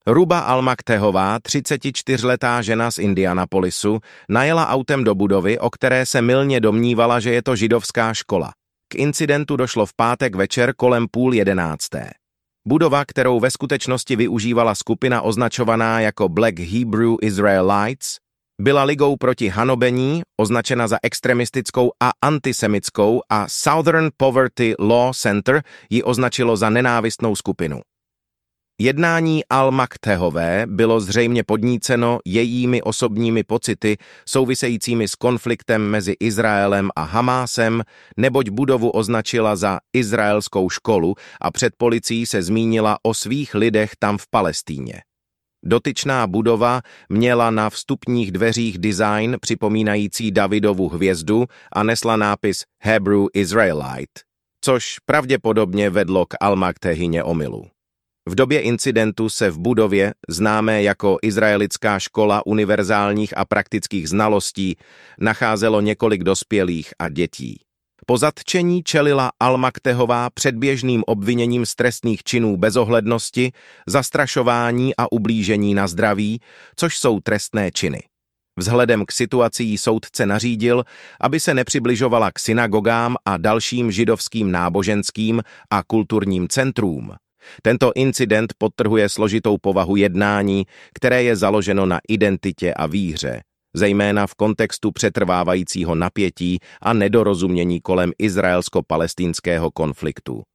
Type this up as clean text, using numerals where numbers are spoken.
Ruba Al-Maktehová, 34letá žena z Indianapolisu, najela autem do budovy, o které se mylně domnívala, že je to židovská škola. K incidentu došlo v pátek večer kolem 10:30. Budova, kterou ve skutečnosti využívala skupina označovaná jako Black Hebrew Israelites, byla ligou proti hanobení, označena za extremistickou a antisemitskou, a Southern Poverty Law Center ji označilo za nenávistnou skupinu. Jednání Al-Maktehové bylo zřejmě podníceno jejími osobními pocity souvisejícími s konfliktem mezi Izraelem a Hamásem, neboť budovu označila za izraelskou školu a před policií se zmínila o svých lidech tam v Palestíně. Dotyčná budova měla na vstupních dveřích design připomínající Davidovu hvězdu a nesla nápis Hebrew Israelite, což pravděpodobně vedlo k Al-Maktehině omylu. V době incidentu se v budově, známé jako Izraelická škola univerzálních a praktických znalostí, nacházelo několik dospělých a dětí. Po zatčení čelila Al-Maktehová předběžným obviněním z trestných činů bezohlednosti, zastrašování a ublížení na zdraví, což jsou trestné činy. Vzhledem k situaci jí soudce nařídil, aby se nepřibližovala k synagogám a dalším židovským náboženským a kulturním centrům. Tento incident podtrhuje složitou povahu jednání, které je založeno na identitě a víře, zejména v kontextu přetrvávajícího napětí a nedorozumění kolem izraelsko-palestinského konfliktu.